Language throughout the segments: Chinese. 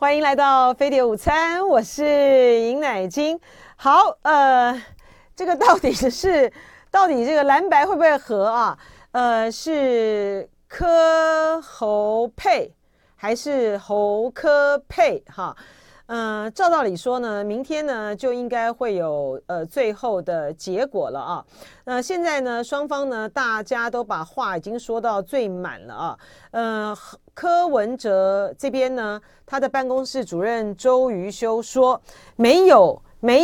欢迎来到飞碟午餐，我是尹乃菁。好，这个到底这个蓝白会不会合啊？是柯侯配还是侯柯配哈？照道理说呢，明天呢就应该会有最后的结果了啊。那现在呢，双方呢大家都把话已经说到最满了啊。柯文哲这边呢，他的办公室主任周瑜修说，没有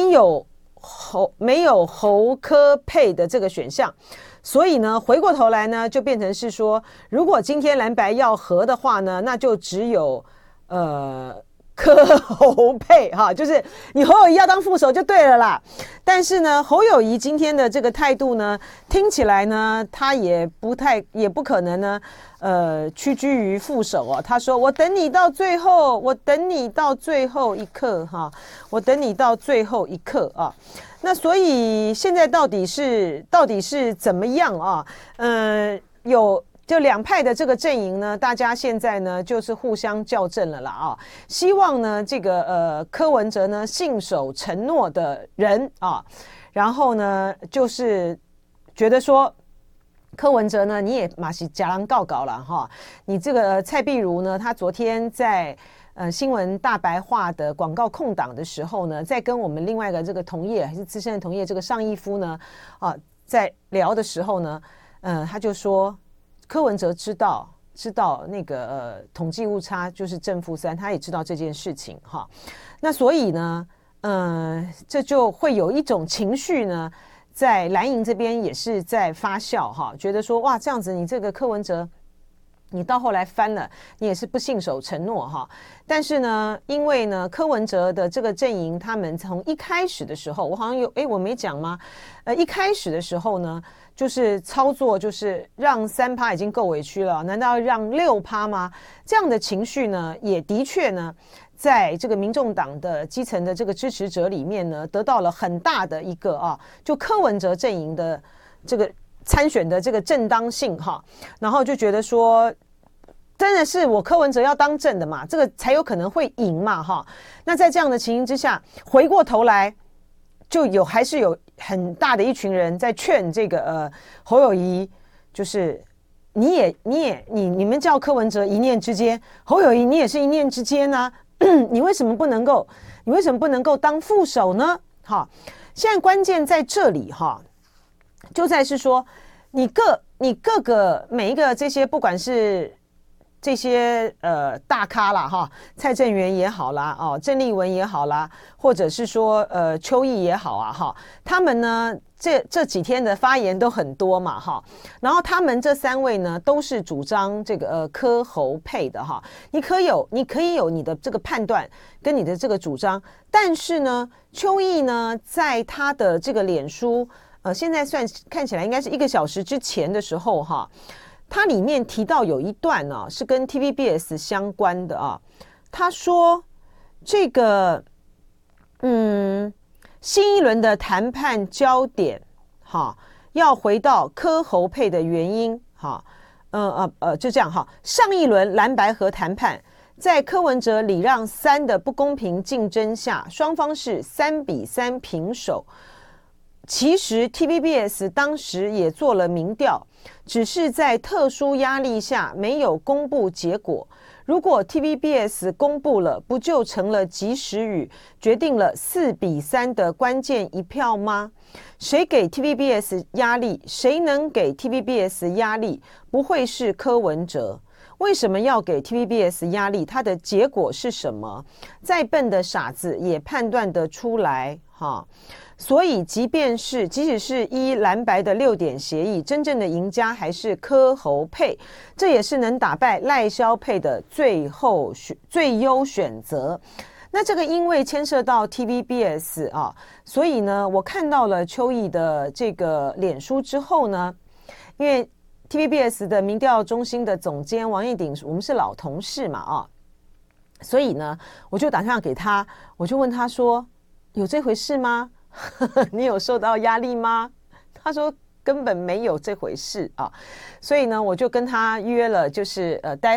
侯柯配的这个选项。所以呢，回过头来呢，就变成是说，如果今天蓝白要合的话呢，那就只有柯侯配哈，就是你侯友宜要当副手就对了啦。但是呢，侯友宜今天的这个态度呢，听起来呢，他也不可能呢，屈居于副手哦。他说：“我等你到最后，我等你到最后一刻哈，我等你到最后一刻啊。”那所以现在到底是怎么样啊？就两派的这个阵营呢，大家现在呢就是互相校正了啦啊，希望呢这个柯文哲呢信守承诺的人啊，然后呢就是觉得说柯文哲呢你也马是假狼告告了哈，你这个蔡壁如呢，他昨天在新闻大白话的广告空档的时候呢，在跟我们另外一个这个同业还是资深的同业这个尚义夫呢在聊的时候呢，他就说。柯文哲知道那个统计误差就是正负3，他也知道这件事情哈。那所以呢，这就会有一种情绪呢，在蓝营这边也是在发酵哈，觉得说哇，这样子你这个柯文哲，你到后来翻了，你也是不信守承诺哈。但是呢，因为呢，柯文哲的这个阵营，他们从一开始的时候，我好像我没讲吗？一开始的时候呢。就是操作，就是让3%已经够委屈了，难道要让6%吗？这样的情绪呢，也的确呢，在这个民众党的基层的这个支持者里面呢，得到了很大的一个就柯文哲阵营的这个参选的这个正当性哈，然后就觉得说，真的是我柯文哲要当正的嘛，这个才有可能会赢嘛哈。那在这样的情形之下，回过头来。就还是有很大的一群人在劝这个侯友宜，就是你们叫柯文哲一念之间，侯友宜你也是一念之间啊，你为什么不能够当副手呢？哈，现在关键在这里哈，就在是说你各个每一个这些不管是。这些大咖啦哈，蔡正元也好啦，郑丽文也好啦，或者是说邱毅也好啊哈，他们呢这几天的发言都很多嘛哈，然后他们这3位呢都是主张这个柯侯配的哈，你可以有你的这个判断跟你的这个主张，但是呢，邱毅呢在他的这个脸书现在看起来应该是1个小时之前的时候哈。他里面提到有一段呢，是跟 TVBS 相关的啊。他说这个新一轮的谈判焦点哈，要回到柯侯配的原因哈，就这样哈。上一轮蓝白合谈判，在柯文哲礼让3的不公平竞争下，双方是3-3平手。其实 TVBS 当时也做了民调，只是在特殊压力下没有公布结果。如果 TVBS 公布了，不就成了及时雨，决定了4-3的关键一票吗？谁给 TVBS 压力？谁能给 TVBS 压力？不会是柯文哲。为什么要给 TVBS 压力？它的结果是什么？再笨的傻子也判断得出来哈。所以即使是依蓝白的6点协议，真正的赢家还是柯侯配，这也是能打败赖萧配的最优选择。那这个因为牵涉到 TVBS 所以呢，我看到了邱毅的这个脸书之后呢，因为 TVBS 的民调中心的总监王义鼎，我们是老同事嘛所以呢，我就打电话给他，我就问他说，有这回事吗？你有受到压力吗？他说根本没有这回事所以呢，我就跟他约了，就是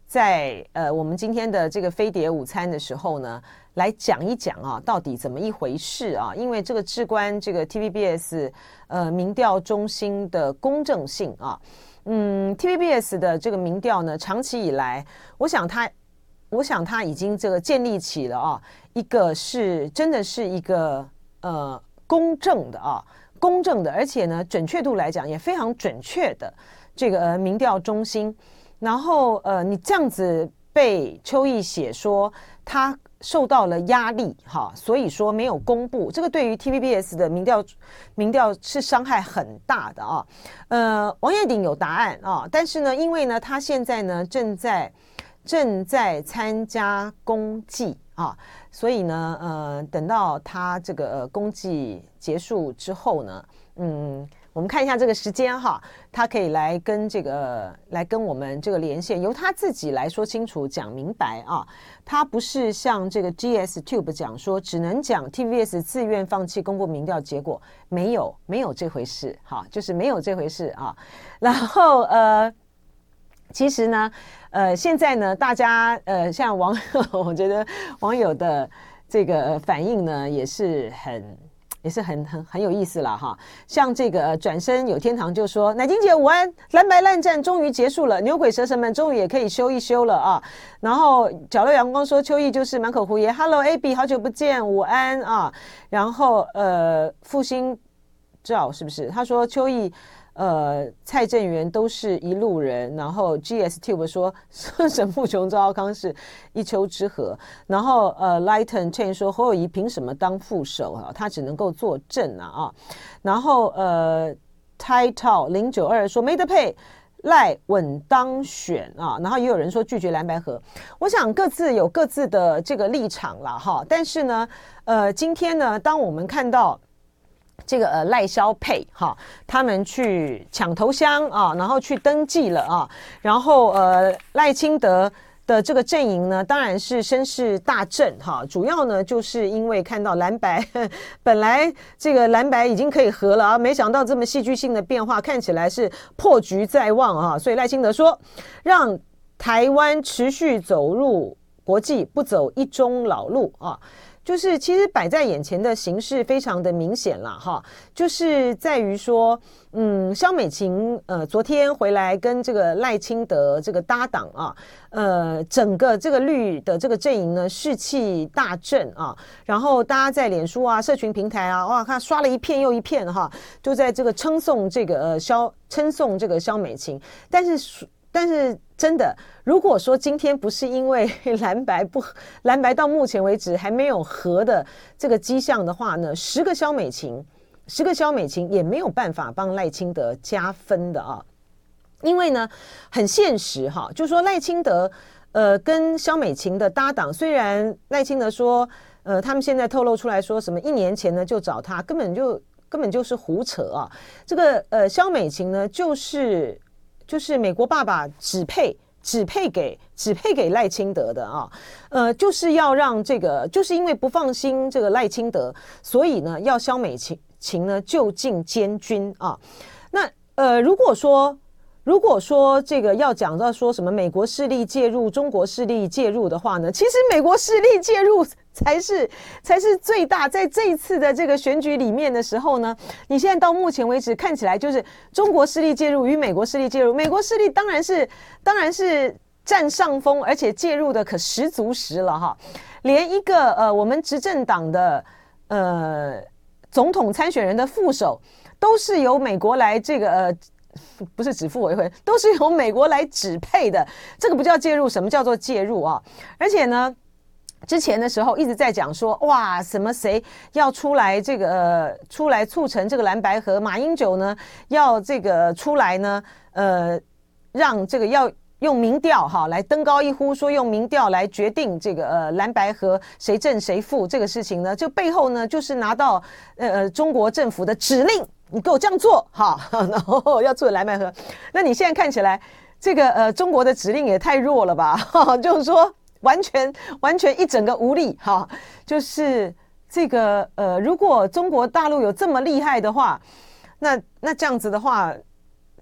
在我们今天的这个飞碟午餐的时候呢，来讲一讲啊，到底怎么一回事啊？因为这个事关这个 TVBS 民调中心的公正性啊。TVBS 的这个民调呢，长期以来，我想它已经这个建立起了啊，一个是真的是一个公正的，而且呢，准确度来讲也非常准确的这个民调中心。然后你这样子被邱毅写说他受到了压力哈，所以说没有公布，这个对于 TVBS 的民调是伤害很大的啊。王彦鼎有答案啊，但是呢，因为呢他现在呢正在参加公祭啊，所以呢等到他这个公祭结束之后呢，我们看一下这个时间哈，他可以来跟我们这个连线，由他自己来说清楚讲明白啊。他不是像这个 GSTube 讲说只能讲 TVBS 自愿放弃公布民调结果，没有这回事哈，就是没有这回事啊。然后其实呢现在呢大家像网友，我觉得网友的这个反应呢也是很有意思了哈。像这个转身有天堂就说，乃金姐午安，蓝白烂战终于结束了，牛鬼蛇神们终于也可以休一休了啊。然后角落阳光说邱毅就是满口胡言 ，Hello AB 好久不见，午安啊。然后复兴照是不是？他说邱毅蔡正元都是一路人，然后 GSTube 说沈富雄赵少康是一丘之貉，然后Lighten Chain 说侯友宜凭什么当副手啊？他只能够坐镇啊。然后Title 092说没得配，赖稳当选啊。然后也有人说拒绝蓝白合，我想各自有各自的这个立场啦哈。但是呢今天呢，当我们看到这个赖萧配哈，他们去抢头香啊，然后去登记了啊，然后赖清德的这个阵营呢，当然是声势大振哈。主要呢，就是因为看到蓝白本来这个蓝白已经可以合了啊，没想到这么戏剧性的变化，看起来是破局在望啊。所以赖清德说，让台湾持续走入国际，不走一中老路啊。就是其实摆在眼前的形势非常的明显了哈，就是在于说，萧美琴昨天回来跟这个赖清德这个搭档啊，整个这个绿的这个阵营呢士气大振啊，然后大家在脸书啊、社群平台啊，哇，看刷了一片又一片哈，就在这个称颂这个萧美琴，但是真的，如果说今天不是因为蓝白到目前为止还没有合的这个迹象的话呢，10个萧美琴也没有办法帮赖清德加分的啊。因为呢很现实哈，就说赖清德跟萧美琴的搭档，虽然赖清德说他们现在透露出来说什么1年前呢就找他，根本就是胡扯啊。这个萧美琴呢就是美国爸爸指配给赖清德的啊，就是要让这个，就是因为不放心这个赖清德，所以呢要萧美琴呢就近监军啊。那如果说这个要讲到说什么美国势力介入、中国势力介入的话呢，其实美国势力介入才是最大。在这一次的这个选举里面的时候呢，你现在到目前为止看起来就是中国势力介入与美国势力介入，美国势力当然是占上风，而且介入的可十足十了哈。连一个我们执政党的总统参选人的副手都是由美国来这个不是指副委员，都是由美国来指配的，这个不叫介入，什么叫做介入啊？而且呢，之前的时候一直在讲说，哇，什么谁要出来这个出来促成这个蓝白合，马英九呢要这个出来呢，让这个要用民调哈来登高一呼，说用民调来决定这个蓝白合谁正谁负这个事情呢，就背后呢就是拿到中国政府的指令。你给我这样做哈，然后要做蓝白合，那你现在看起来这个中国的指令也太弱了吧？就是说完全一整个无力哈。就是这个如果中国大陆有这么厉害的话，那这样子的话，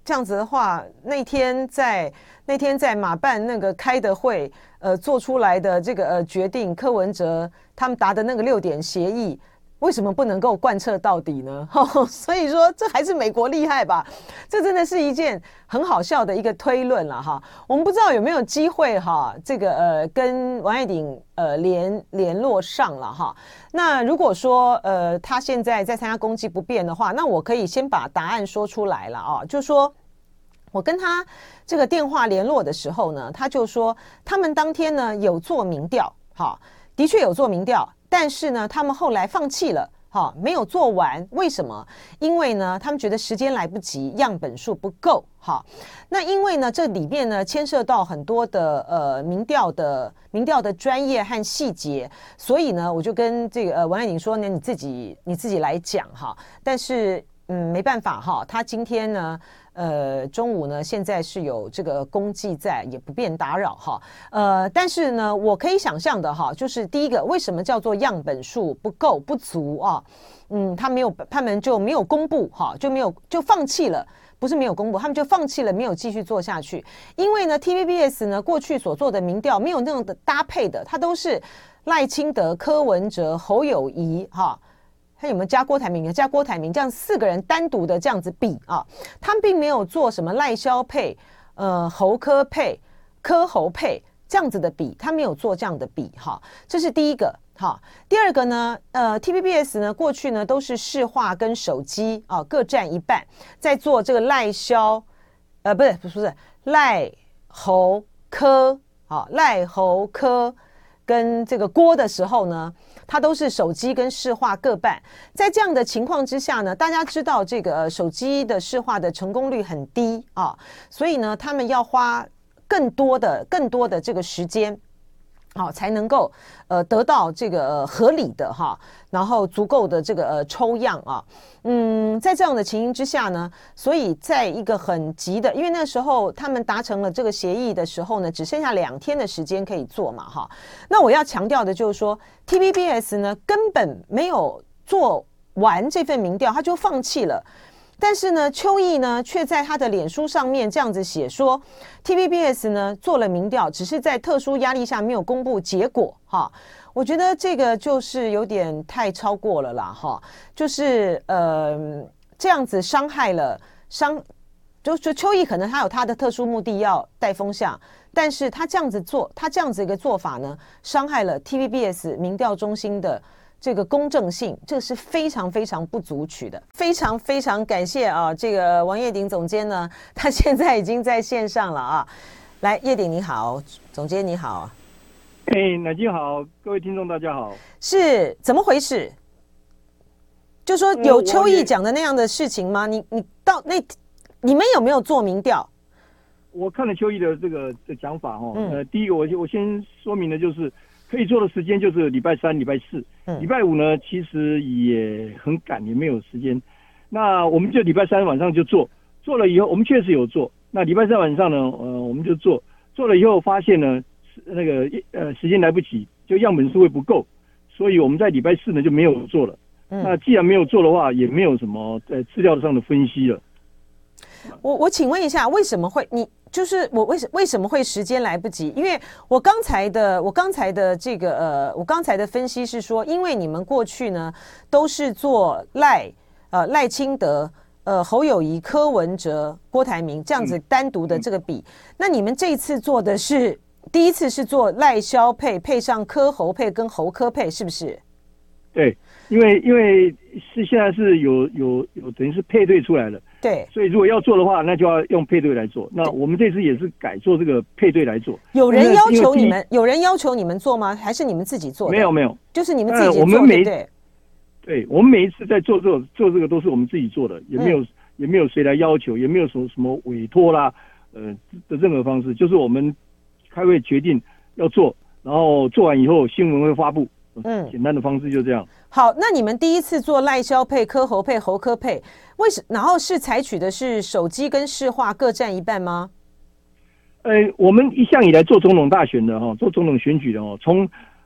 这样子的话，那天在马办那个开的会，做出来的这个决定，柯文哲他们达的那个6点协议，为什么不能够贯彻到底呢？所以说这还是美国厉害吧？这真的是一件很好笑的一个推论了哈。我们不知道有没有机会哈，这个跟王业鼎联络上了哈。那如果说他现在在参加公祭不便的话，那我可以先把答案说出来了啊，就说我跟他这个电话联络的时候呢，他就说他们当天呢有做民调，哈，的确有做民调。但是呢，他们后来放弃了，没有做完。为什么？因为呢，他们觉得时间来不及，样本数不够。那因为呢，这里面呢牵涉到很多的民调的专业和细节，所以呢，我就跟这个王业鼎说呢，你自己来讲哈。但是没办法哈，他今天呢。中午呢，现在是有这个公祭在，也不便打扰哈。但是呢，我可以想象的哈，就是第一个，为什么叫做样本数不够不足啊？他们就没有公布哈，就放弃了，不是没有公布，他们就放弃了，没有继续做下去。因为呢 ，TVBS 呢过去所做的民调没有那种的搭配的，它都是赖清德、柯文哲、侯友宜哈。他有没有加郭台铭？加郭台铭，这样4个人单独的这样子比啊，他们并没有做什么赖萧配、侯柯配、柯侯配这样子的比，他没有做这样的比哈，这是第一个哈。第二个呢，TVBS 呢过去呢都是市话跟手机啊各占一半，在做这个赖萧，不是赖侯柯啊赖侯柯。跟这个郭的时候呢，它都是手机跟市话各半。在这样的情况之下呢，大家知道这个手机的市话的成功率很低啊，所以呢，他们要花更多的这个时间。才能够得到这个合理的哈，然后足够的这个抽样啊，在这样的情形之下呢，所以在一个很急的，因为那时候他们达成了这个协议的时候呢，只剩下2天的时间可以做嘛哈。那我要强调的就是说 ，TVBS 呢根本没有做完这份民调，他就放弃了。但是呢，邱毅呢却在他的脸书上面这样子写说 ，TVBS 呢做了民调，只是在特殊压力下没有公布结果哈。我觉得这个就是有点太超过了啦哈，就是这样子伤害了就邱毅可能他有他的特殊目的要带风向，但是他这样子做，他这样子一个做法呢，伤害了 TVBS 民调中心的。这个公正性，这是非常非常不足取的。非常非常感谢啊，这个王业鼎总监呢，他现在已经在线上了啊。来，业鼎你好，总监你好。 乃金好，各位听众大家好。 是怎么回事？就说有邱毅讲的那样的事情吗？你们有没有做民调？ 我看了邱毅的这个讲法第一个我先说明的就是。可以做的时间就是礼拜3、礼拜4，礼拜5呢其实也很赶，也没有时间。那我们就礼拜3晚上就做了以后，我们确实有做。那礼拜3晚上呢，我们就做了以后发现呢，那个时间来不及，就样本数会不够，所以我们在礼拜4呢就没有做了。那既然没有做的话，也没有什么在资料上的分析了。 我请问一下，为什么会就是我为什么会时间来不及？因为我刚才的这个我刚才的分析是说，因为你们过去呢都是做赖清德、侯友宜、柯文哲、郭台铭这样子单独的这个比，那你们这一次做的是第一次是做赖萧配上柯侯配跟侯柯配，是不是？ 对，因为是现在是有等于是配对出来了。 对， 所以如果要做的话，那就要用配对来做。那我们这次也是改做这个配对来做。 有人要求你们做吗？还是你们自己做的？ 没有， 就是你们自己做，对不对？ 对，我们每一次在做这个都是我们自己做的，也没有谁来要求，也没有什么委托啦，的任何方式，就是我们开会决定要做，然后做完以后新闻会发布。简单的方式就这样。 好，那你们第一次做赖萧配、柯侯配、侯柯配，然后是采取的是手机跟市话各占一半吗？ 我们一向以来做总统大选的做总统选举的从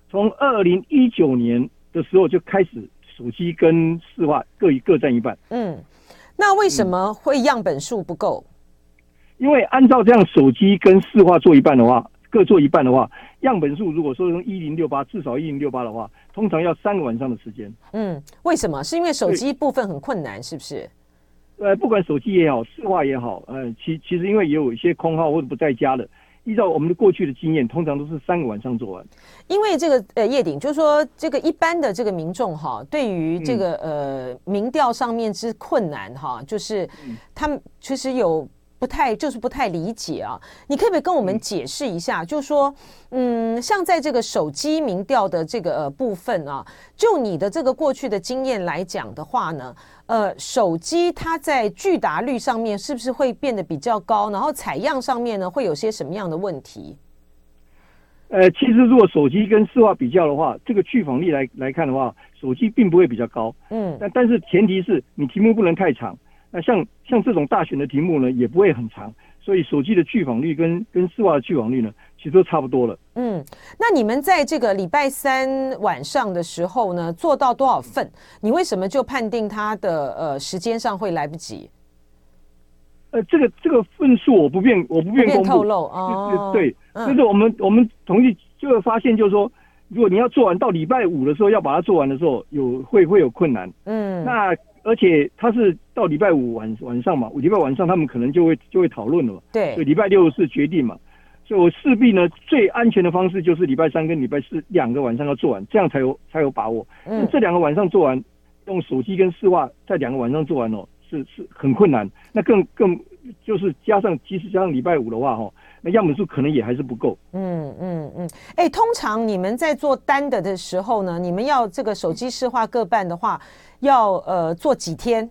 2019年的时候就开始手机跟市话各占一半。 那为什么会样本数不够？ 因为按照这样手机跟市话做一半的话，各做一半的话，样本数如果说用1068，至少1068的话，通常要3个晚上的时间。 为什么？是因为手机部分很困难，是不是？ 不管手机也好，市话也好，其实因为也有一些空号或者不在家的，依照我们的过去的经验，通常都是3个晚上做完。 因为这个叶鼎就是说，这个一般的这个民众哈，对于这个民调上面之困难哈，就是他们其实有不太理解啊。你可不可以跟我们解释一下？就是说，像在这个手机民调的这个部分啊，就你的这个过去的经验来讲的话呢，手机它在拒答率上面是不是会变得比较高？然后采样上面呢，会有些什么样的问题？ 其实如果手机跟市话比较的话，这个拒访率来看的话，手机并不会比较高。但是前提是你题目不能太长。那像这种大选的题目呢，也不会很长，所以手机的拒访率跟市话的拒访率呢，其实都差不多了。 那你们在这个礼拜3晚上的时候呢，做到多少份？你为什么就判定它的时间上会来不及？ 这个份数我不便公布透露哦。 对，就是我们统计就会发现，就是说，如果你要做完到礼拜5的时候，要把它做完的时候，会有困难。那而且它是到礼拜5晚上嘛，礼拜晚上他们可能就会讨论了嘛。 对， 所以礼拜6是决定嘛。所以我势必呢，最安全的方式就是礼拜3跟礼拜42个晚上要做完，这样才有把握。这2个晚上做完，用手机跟市话在2个晚上做完哦，是很困难。那更就是即使加上礼拜5的话那样本数可能也还是不够。 通常你们在做单的时候呢，你们要这个手机市话各半的话，要做几天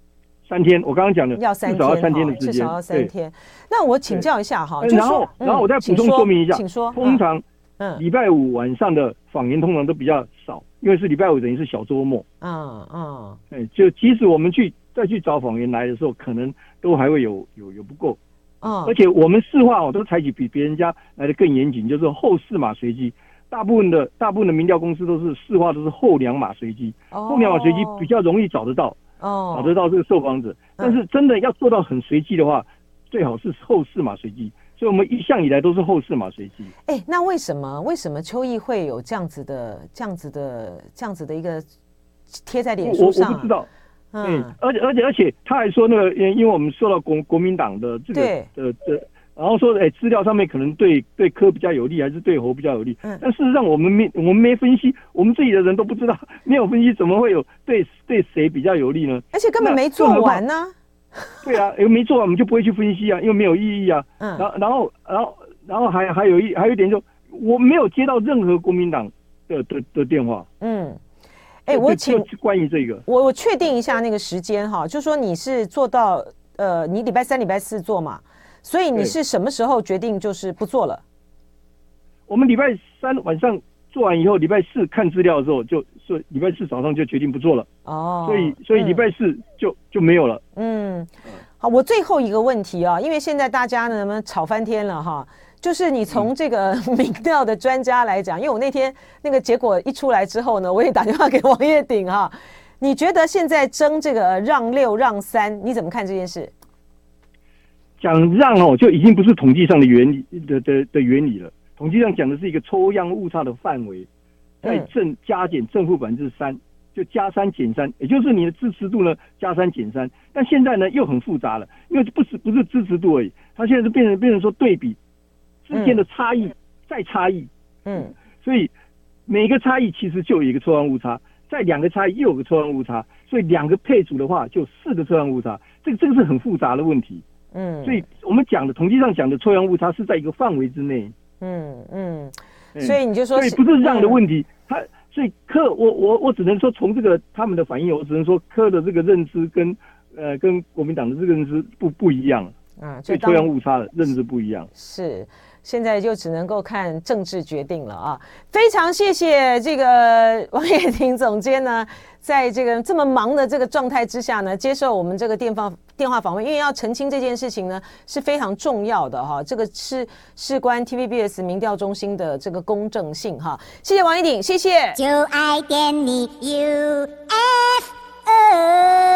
？3天，我刚刚讲的要3天， 至少要3天的时间， 至少要3天。那我请教一下哈， 然后我再补充说明一下， 请说。 通常礼拜5晚上的访员通常都比较少，因为是礼拜5等于是小周末。就即使我们再去找访员来的时候，可能都还会有不够。而且我们市话都采取比别人家来的更严谨，就是后4码随机。大部分的民调公司都是市话都是后2码随机，后2码随机比较容易找得到这个受访者。但是真的要做到很随机的话，最好是后4码随机。所以我们一向以来都是后4码随机。 那为什么邱毅会有这样子的一个贴在脸书上？ 我不知道。而且他还说那个，因为我们受到国民党的这个然后说资料上面可能对柯比较有利，还是对侯比较有利。但事实上我们没分析，我们自己的人都不知道，没有分析怎么会有对谁比较有利呢？ 而且根本没做完呢。 对啊，没做完我们就不会去分析啊，因为没有意义啊。然后还有一点，就我没有接到任何国民党的电话。 我请关于这个， 我确定一下那个时间哈，就说你是做到你礼拜3、礼拜4做嘛，所以你是什么时候决定就是不做了？ 我们礼拜3晚上做完以后，礼拜4看资料的时候，所以礼拜4早上就决定不做了。所以礼拜4就没有了。 好，我最后一个问题啊，因为现在大家呢吵翻天了哈。就是你从这个民调的专家来讲，因为我那天那个结果一出来之后呢，我也打电话给王叶鼎哈。你觉得现在争这个让6让3，你怎么看这件事？ 讲让就已经不是统计上的原理的原理了。统计上讲的是一个抽样误差的范围，在加减正负3%，就加3减3，也就是你的支持度呢加3减3。但现在呢又很复杂了，因为不是支持度而已，它现在就变成说对比之间的差异再差异。所以每个差异其实就有一个抽样误差，再2个差异又有个抽样误差，所以2个配组的话就4个抽样误差，这个是很复杂的问题。所以我们讲的统计上讲的抽样误差是在一个范围之内。 所以你就说， 所以不是让的问题，所以柯我只能说从这个他们的反应，我只能说柯的这个认知跟国民党的这个认知不一样。所以抽样误差的认知不一样。 是，现在就只能够看政治决定了啊！非常谢谢这个王叶鼎总监呢，在这个这么忙的这个状态之下呢，接受我们这个电话访问，因为要澄清这件事情呢是非常重要的哈，这个是事关 TVBS 民调中心的这个公正性哈。谢谢王叶鼎，谢谢。就爱点你 UFO。